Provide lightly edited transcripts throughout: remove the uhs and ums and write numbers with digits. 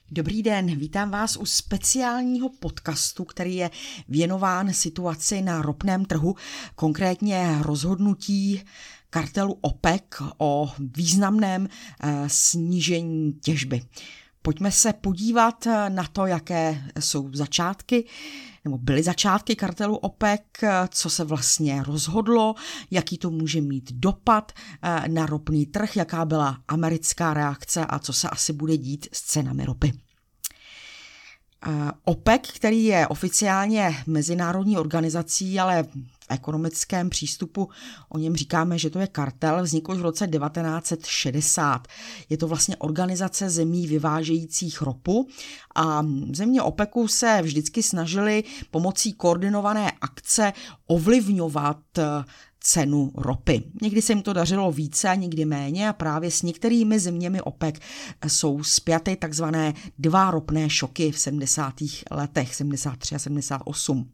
Dobrý den, vítám vás u speciálního podcastu, který je věnován situaci na ropném trhu, konkrétně rozhodnutí kartelu OPEC o významném snížení těžby. Pojďme se podívat na to, jaké jsou začátky, nebo byly začátky kartelu OPEC, co se vlastně rozhodlo, jaký to může mít dopad na ropný trh, jaká byla americká reakce a co se asi bude dít s cenami ropy. OPEC, který je oficiálně mezinárodní organizací, ale v ekonomickém přístupu o něm říkáme, že to je kartel, vznikl už v roce 1960. Je to vlastně organizace zemí vyvážejících ropu a země OPECu se vždycky snažily pomocí koordinované akce ovlivňovat cenu ropy. Někdy se jim to dařilo více a někdy méně a právě s některými zeměmi OPEC jsou spjaty takzvané dva ropné šoky v 70. letech, 73 a 78.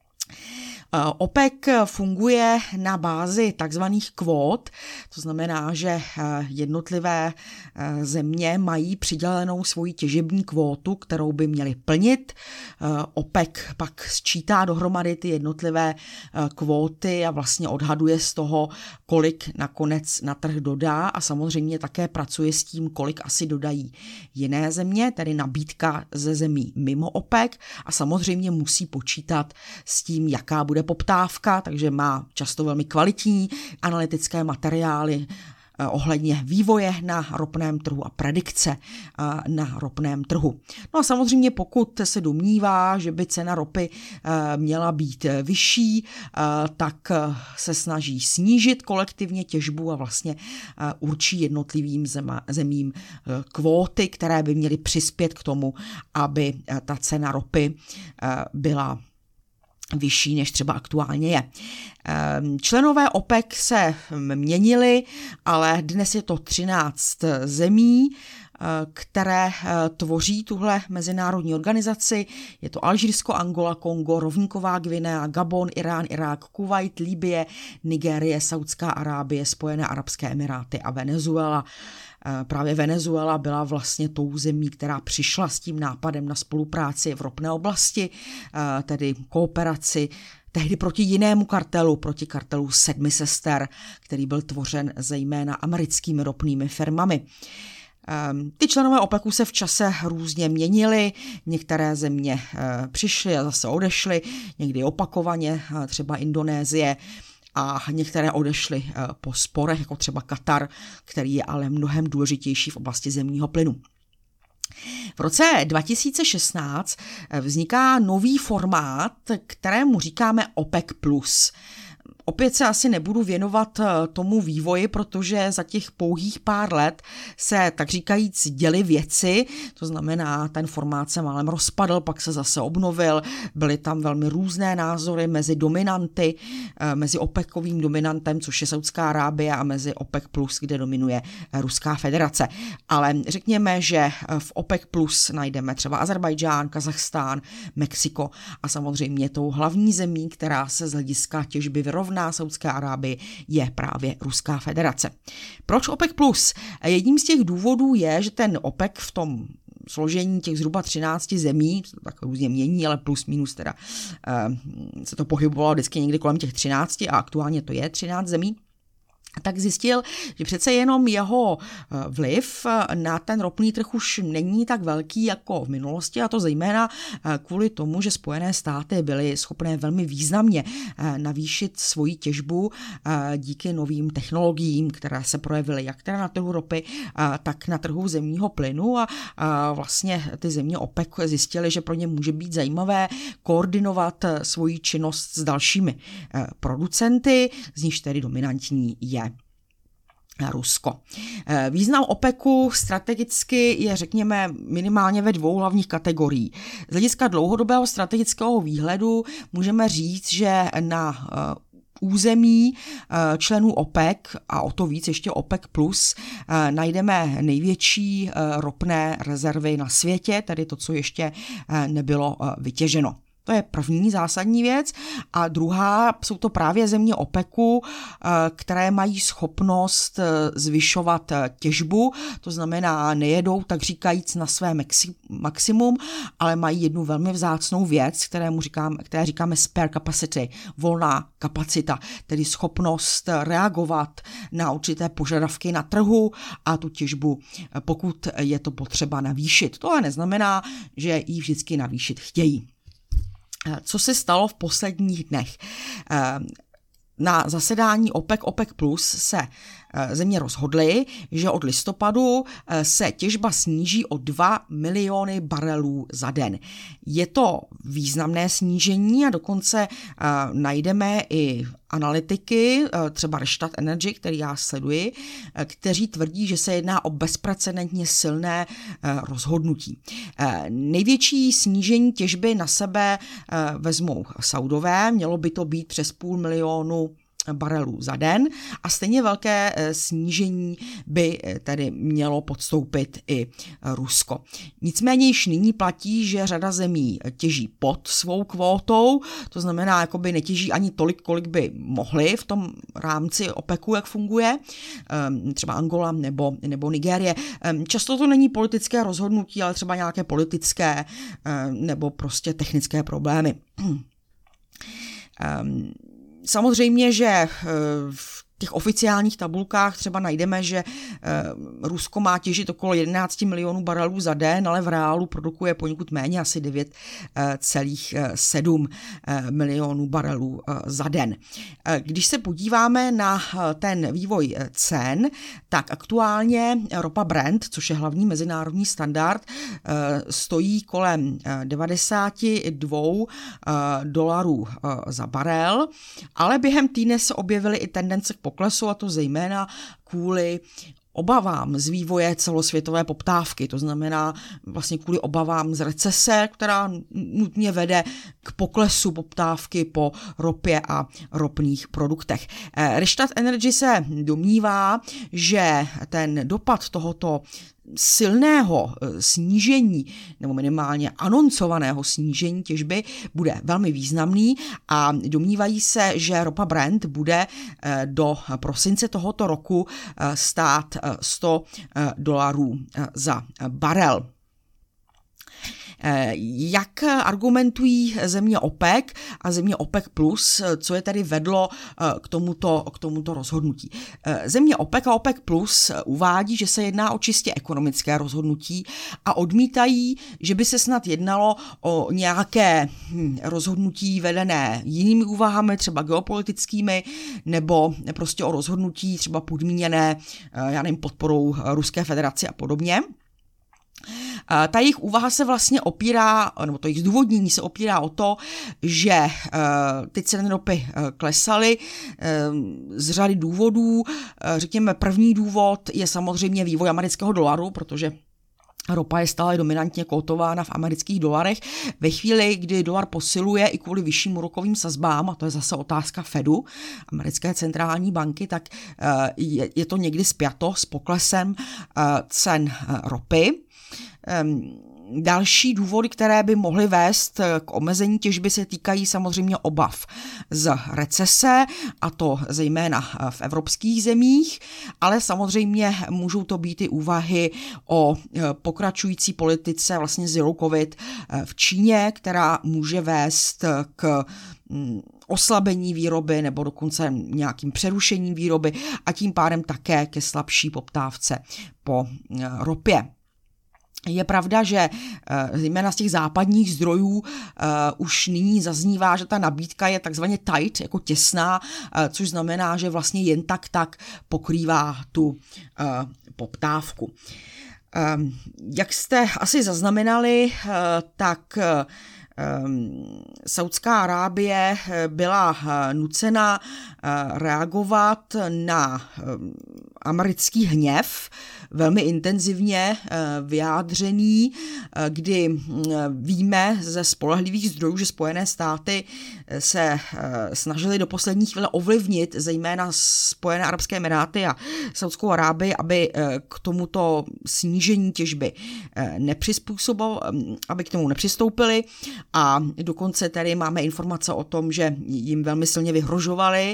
OPEC funguje na bázi takzvaných kvót, to znamená, že jednotlivé země mají přidělenou svoji těžební kvótu, kterou by měly plnit. OPEC pak sčítá dohromady ty jednotlivé kvóty a vlastně odhaduje z toho, kolik nakonec na trh dodá a samozřejmě také pracuje s tím, kolik asi dodají jiné země, tedy nabídka ze zemí mimo OPEC a samozřejmě musí počítat s tím, jaká bude poptávka, takže má často velmi kvalitní analytické materiály ohledně vývoje na ropném trhu a predikce na ropném trhu. No a samozřejmě pokud se domnívá, že by cena ropy měla být vyšší, tak se snaží snížit kolektivně těžbu a vlastně určí jednotlivým zemím kvóty, které by měly přispět k tomu, aby ta cena ropy byla vyšší, než třeba aktuálně je. Členové OPEC se měnili, ale dnes je to 13 zemí, které tvoří tuhle mezinárodní organizaci. Je to Alžírsko, Angola, Kongo, Rovníková Gvinea, Gabon, Irán, Irák, Kuvajt, Libye, Nigérie, Saudská Arábie, Spojené arabské emiráty a Venezuela. Právě Venezuela byla vlastně tou zemí, která přišla s tím nápadem na spolupráci v ropné oblasti, tedy kooperaci tehdy proti jinému kartelu, proti kartelu Sedmi sester, který byl tvořen zejména americkými ropnými firmami. Ty členové OPECu se v čase různě měnili, některé země přišly a zase odešly, někdy opakovaně, třeba Indonésie, a některé odešly po sporech, jako třeba Katar, který je ale mnohem důležitější v oblasti zemního plynu. V roce 2016 vzniká nový formát, kterému říkáme OPEC+. Opět se asi nebudu věnovat tomu vývoji, protože za těch pouhých pár let se tak říkajíc děly věci, to znamená, ten formát se málem rozpadl, pak se zase obnovil, byly tam velmi různé názory mezi dominanty, mezi OPECovým dominantem, což je Saudská Arábie, a mezi OPEC+, kde dominuje Ruská federace. Ale řekněme, že v OPEC+ najdeme třeba Azerbajdžán, Kazachstán, Mexiko a samozřejmě tou hlavní zemí, která se z hlediska těžby vyrovná Saudské Arábii, je právě Ruská federace. Proč OPEC+? Jedním z těch důvodů je, že ten OPEC v tom složení těch zhruba 13 zemí, se to tak různě mění, ale plus minus teda se to pohybovalo vždycky někdy kolem těch 13 a aktuálně to je 13 zemí, tak zjistil, že přece jenom jeho vliv na ten ropný trh už není tak velký jako v minulosti, a to zejména kvůli tomu, že Spojené státy byly schopné velmi významně navýšit svoji těžbu díky novým technologiím, které se projevily jak teda na trhu ropy, tak na trhu zemního plynu a vlastně ty země OPEC zjistily, že pro ně může být zajímavé koordinovat svoji činnost s dalšími producenty, z nichž tedy dominantní je Rusko. Význam OPECu strategicky je, řekněme, minimálně ve dvou hlavních kategorií. Z hlediska dlouhodobého strategického výhledu můžeme říct, že na území členů OPEC a o to víc ještě OPEC+, najdeme největší ropné rezervy na světě, tedy to, co ještě nebylo vytěženo. To je první zásadní věc. A druhá, jsou to právě země OPECu, které mají schopnost zvyšovat těžbu, to znamená nejedou, tak říkajíc, na své maximum, ale mají jednu velmi vzácnou věc, které říkáme spare capacity, volná kapacita, tedy schopnost reagovat na určité požadavky na trhu a tu těžbu, pokud je to potřeba navýšit. To ale neznamená, že ji vždycky navýšit chtějí. Co se stalo v posledních dnech? Na zasedání OPEC Plus se země rozhodly, že od listopadu se těžba sníží o 2 miliony barelů za den. Je to významné snížení a dokonce najdeme i analytiky, třeba Rystad Energy, který já sleduji, kteří tvrdí, že se jedná o bezprecedentně silné rozhodnutí. Největší snížení těžby na sebe vezmou Saudové, mělo by to být přes 500 000 barelů za den a stejně velké snížení by tedy mělo podstoupit i Rusko. Nicméně již nyní platí, že řada zemí těží pod svou kvótou, to znamená, jakoby netěží ani tolik, kolik by mohly v tom rámci OPECu, jak funguje, třeba Angola nebo Nigérie. Často to není politické rozhodnutí, ale třeba nějaké politické nebo prostě technické problémy. Samozřejmě, že v těch oficiálních tabulkách třeba najdeme, že Rusko má těžit okolo 11 milionů barelů za den, ale v reálu produkuje poněkud méně, asi 9,7 milionů barelů za den. Když se podíváme na ten vývoj cen, tak aktuálně ropa Brent, což je hlavní mezinárodní standard, stojí kolem $92 za barel, ale během týdne se objevily i tendence k poklesu, a to zejména kvůli obavám z vývoje celosvětové poptávky, to znamená vlastně kvůli obavám z recese, která nutně vede k poklesu poptávky po ropě a ropných produktech. Rystad Energy se domnívá, že ten dopad tohoto silného snížení nebo minimálně anoncovaného snížení těžby bude velmi významný a domnívají se, že ropa Brent bude do prosince tohoto roku stát $100 za barel. Jak argumentují země OPEC a země OPEC Plus, co je tedy vedlo k tomuto rozhodnutí? Země OPEC a OPEC Plus uvádí, že se jedná o čistě ekonomické rozhodnutí a odmítají, že by se snad jednalo o nějaké rozhodnutí vedené jinými úvahami, třeba geopolitickými, nebo prostě o rozhodnutí třeba podmíněné, podporou Ruské federace a podobně. Ta jejich úvaha se vlastně opírá, nebo to jejich zdůvodnění se opírá o to, že ty ceny ropy klesaly z řady důvodů. Řekněme, první důvod je samozřejmě vývoj amerického dolaru, protože ropa je stále dominantně kotována v amerických dolarech. Ve chvíli, kdy dolar posiluje i kvůli vyšším úrokovým sazbám, a to je zase otázka Fedu, americké centrální banky, tak je to někdy spjato s poklesem cen ropy. Další důvody, které by mohly vést k omezení těžby, se týkají samozřejmě obav z recese, a to zejména v evropských zemích, ale samozřejmě můžou to být i úvahy o pokračující politice vlastně zero covid v Číně, která může vést k oslabení výroby nebo dokonce nějakým přerušením výroby a tím pádem také ke slabší poptávce po ropě. Je pravda, že zejména z těch západních zdrojů už nyní zaznívá, že ta nabídka je takzvaně tight, jako těsná, což znamená, že vlastně jen tak pokrývá tu poptávku. Jak jste asi zaznamenali, tak Saudská Arábie byla nucena reagovat na americký hněv velmi intenzivně vyjádřený, kdy víme ze spolehlivých zdrojů, že Spojené státy se snažily do poslední chvíle ovlivnit zejména Spojené arabské emiráty a Saudskou Arábii, aby k tomuto snížení těžby aby k tomu nepřistoupili, a dokonce tady máme informace o tom, že jim velmi silně vyhrožovali,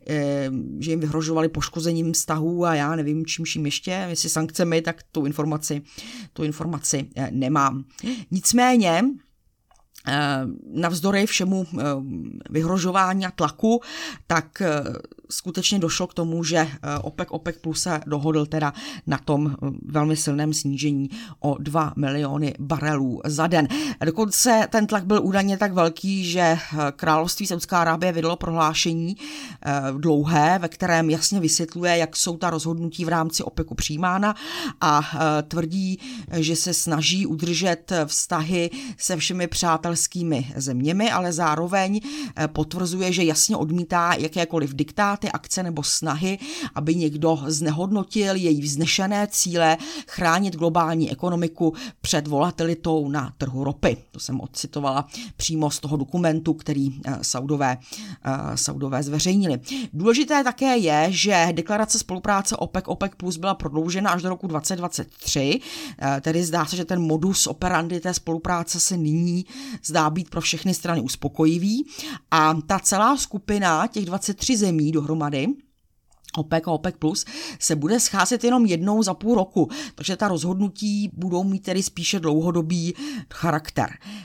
poškozením vztahů a já nevím čím ještě, jestli sankcemi, tak tu informaci nemám. Nicméně navzdory všemu vyhrožování a tlaku, tak skutečně došlo k tomu, že OPEC Plus se dohodl teda na tom velmi silném snížení o 2 miliony barelů za den. Dokonce ten tlak byl údajně tak velký, že království Saudská Arábie vydalo prohlášení dlouhé, ve kterém jasně vysvětluje, jak jsou ta rozhodnutí v rámci OPECu přijímána, a tvrdí, že se snaží udržet vztahy se všemi přátelskými zeměmi, ale zároveň potvrzuje, že jasně odmítá jakékoliv diktáty, akce nebo snahy, aby někdo znehodnotil její vznešené cíle chránit globální ekonomiku před volatilitou na trhu ropy. To jsem odcitovala přímo z toho dokumentu, který Saudové zveřejnili. Důležité také je, že deklarace spolupráce OPEC Plus byla prodloužena až do roku 2023, tedy zdá se, že ten modus operandi té spolupráce se nyní zdá být pro všechny strany uspokojivý, a ta celá skupina těch 23 zemí dohromady, OPEC a OPEC Plus, se bude scházet jenom jednou za půl roku, takže ta rozhodnutí budou mít tedy spíše dlouhodobý charakter.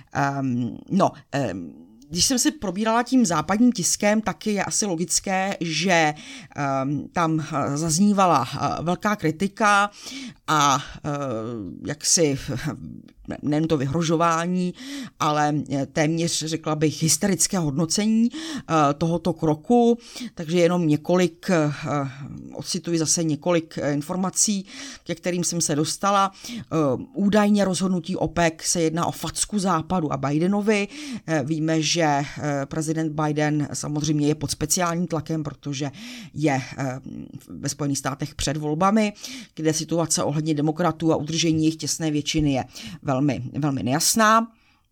Když jsem si probírala tím západním tiskem, taky je asi logické, že tam zaznívala velká kritika a jaksi nejen to vyhrožování, ale téměř, řekla bych, hysterické hodnocení tohoto kroku, takže jenom ocituji zase několik informací, ke kterým jsem se dostala. Údajně rozhodnutí OPEC se jedná o facku Západu a Bidenovi. Víme, že prezident Biden samozřejmě je pod speciálním tlakem, protože je ve Spojených státech před volbami, kde situace ohledně demokratů a udržení jejich těsné většiny je velmi nejasná.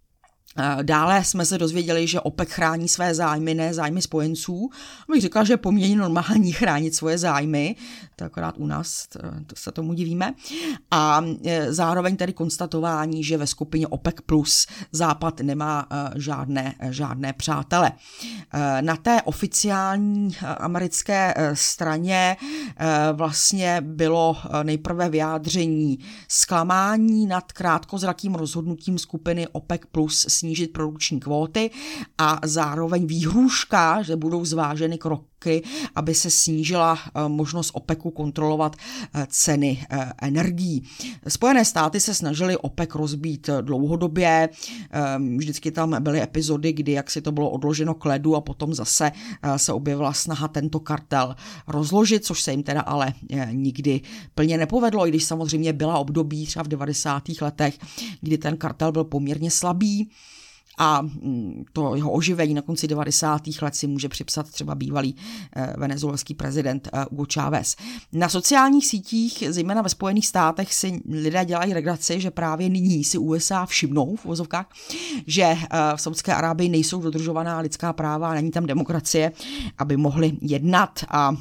Dále jsme se dozvěděli, že OPEC chrání své zájmy, ne zájmy spojenců. Bych řekla, že je poměrně normální chránit svoje zájmy, to akorát u nás to se tomu divíme. A zároveň tady konstatování, že ve skupině OPEC Plus Západ nemá žádné přátele. Na té oficiální americké straně vlastně bylo nejprve vyjádření zklamání nad krátkozrakým rozhodnutím skupiny OPEC Plus snížit produkční kvóty a zároveň výhrůžka, že budou zváženy kroky, aby se snížila možnost OPECu kontrolovat ceny energií. Spojené státy se snažily OPEC rozbít dlouhodobě, vždycky tam byly epizody, kdy jaksi to bylo odloženo k ledu a potom zase se objevila snaha tento kartel rozložit, což se jim teda ale nikdy plně nepovedlo, i když samozřejmě byla období třeba v 90. letech, kdy ten kartel byl poměrně slabý. A to jeho oživení na konci 90. let si může připsat třeba bývalý venezuelský prezident Hugo Chávez. Na sociálních sítích, zejména ve Spojených státech, si lidé dělají legraci, že právě nyní si USA všimnou v uvozovkách, že v Saudské Arábii nejsou dodržovaná lidská práva, není tam demokracie, aby mohli jednat a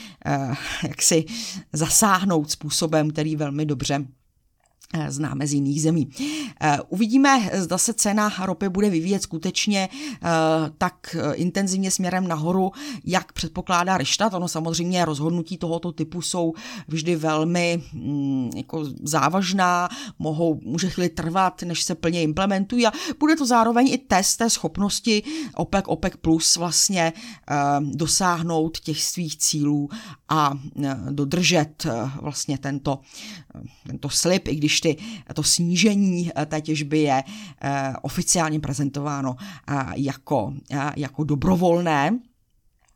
jaksi zasáhnout způsobem, který velmi dobře známe z jiných zemí. Uvidíme, zda se cena ropy bude vyvíjet skutečně tak intenzivně směrem nahoru, jak předpokládá Richtát. Ono samozřejmě rozhodnutí tohoto typu jsou vždy velmi jako závažná, může chvíli trvat, než se plně implementují, a bude to zároveň i test té schopnosti OPEC Plus vlastně dosáhnout těch svých cílů a dodržet vlastně tento slib, i když to snížení té těžby je oficiálně prezentováno jako dobrovolné.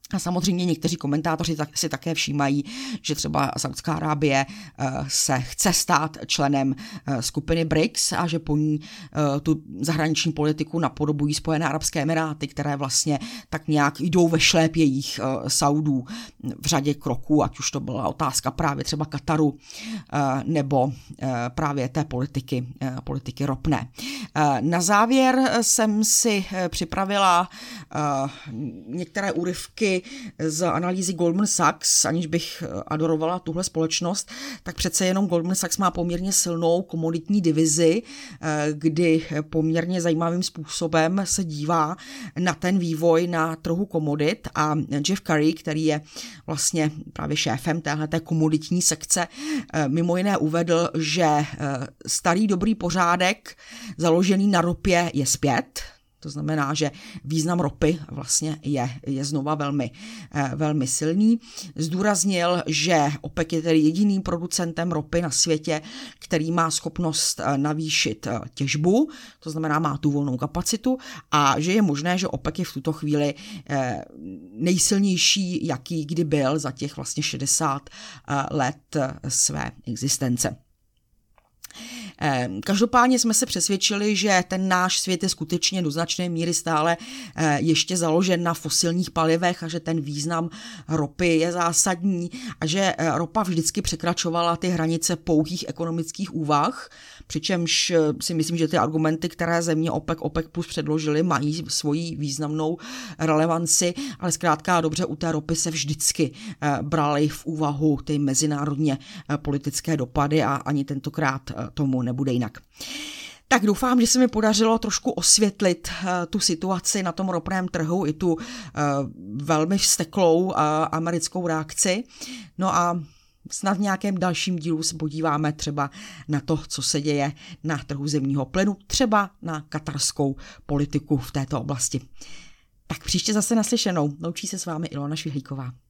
A samozřejmě někteří komentátoři si také všímají, že třeba Saudská Arábie se chce stát členem skupiny BRICS a že po ní tu zahraniční politiku napodobují Spojené arabské emiráty, které vlastně tak nějak jdou ve šlépějích Saudů v řadě kroků, ať už to byla otázka právě třeba Kataru nebo právě té politiky ropné. Na závěr jsem si připravila některé úryvky z analýzy Goldman Sachs, aniž bych adorovala tuhle společnost, tak přece jenom Goldman Sachs má poměrně silnou komoditní divizi, kdy poměrně zajímavým způsobem se dívá na ten vývoj na trhu komodit a Jeff Curry, který je vlastně právě šéfem téhleté komoditní sekce, mimo jiné uvedl, že starý dobrý pořádek založený na ropě je zpět. To znamená, že význam ropy vlastně je znova velmi silný. Zdůraznil, že OPEC je tedy jediným producentem ropy na světě, který má schopnost navýšit těžbu, to znamená má tu volnou kapacitu a že je možné, že OPEC je v tuto chvíli nejsilnější, jaký kdy byl za těch vlastně 60 let své existence. Každopádně jsme se přesvědčili, že ten náš svět je skutečně do značné míry stále ještě založen na fosilních palivech a že ten význam ropy je zásadní a že ropa vždycky překračovala ty hranice pouhých ekonomických úvah, přičemž si myslím, že ty argumenty, které země OPEC plus předložily, mají svoji významnou relevanci, ale zkrátka dobře u té ropy se vždycky braly v úvahu ty mezinárodně politické dopady a ani tentokrát tomu nebude jinak. Tak doufám, že se mi podařilo trošku osvětlit tu situaci na tom ropném trhu i tu velmi vzteklou americkou reakci. No a snad v nějakém dalším dílu se podíváme třeba na to, co se děje na trhu zemního plynu, třeba na katarskou politiku v této oblasti. Tak příště zase naslyšenou. Loučí se s vámi Ilona Švihlíková.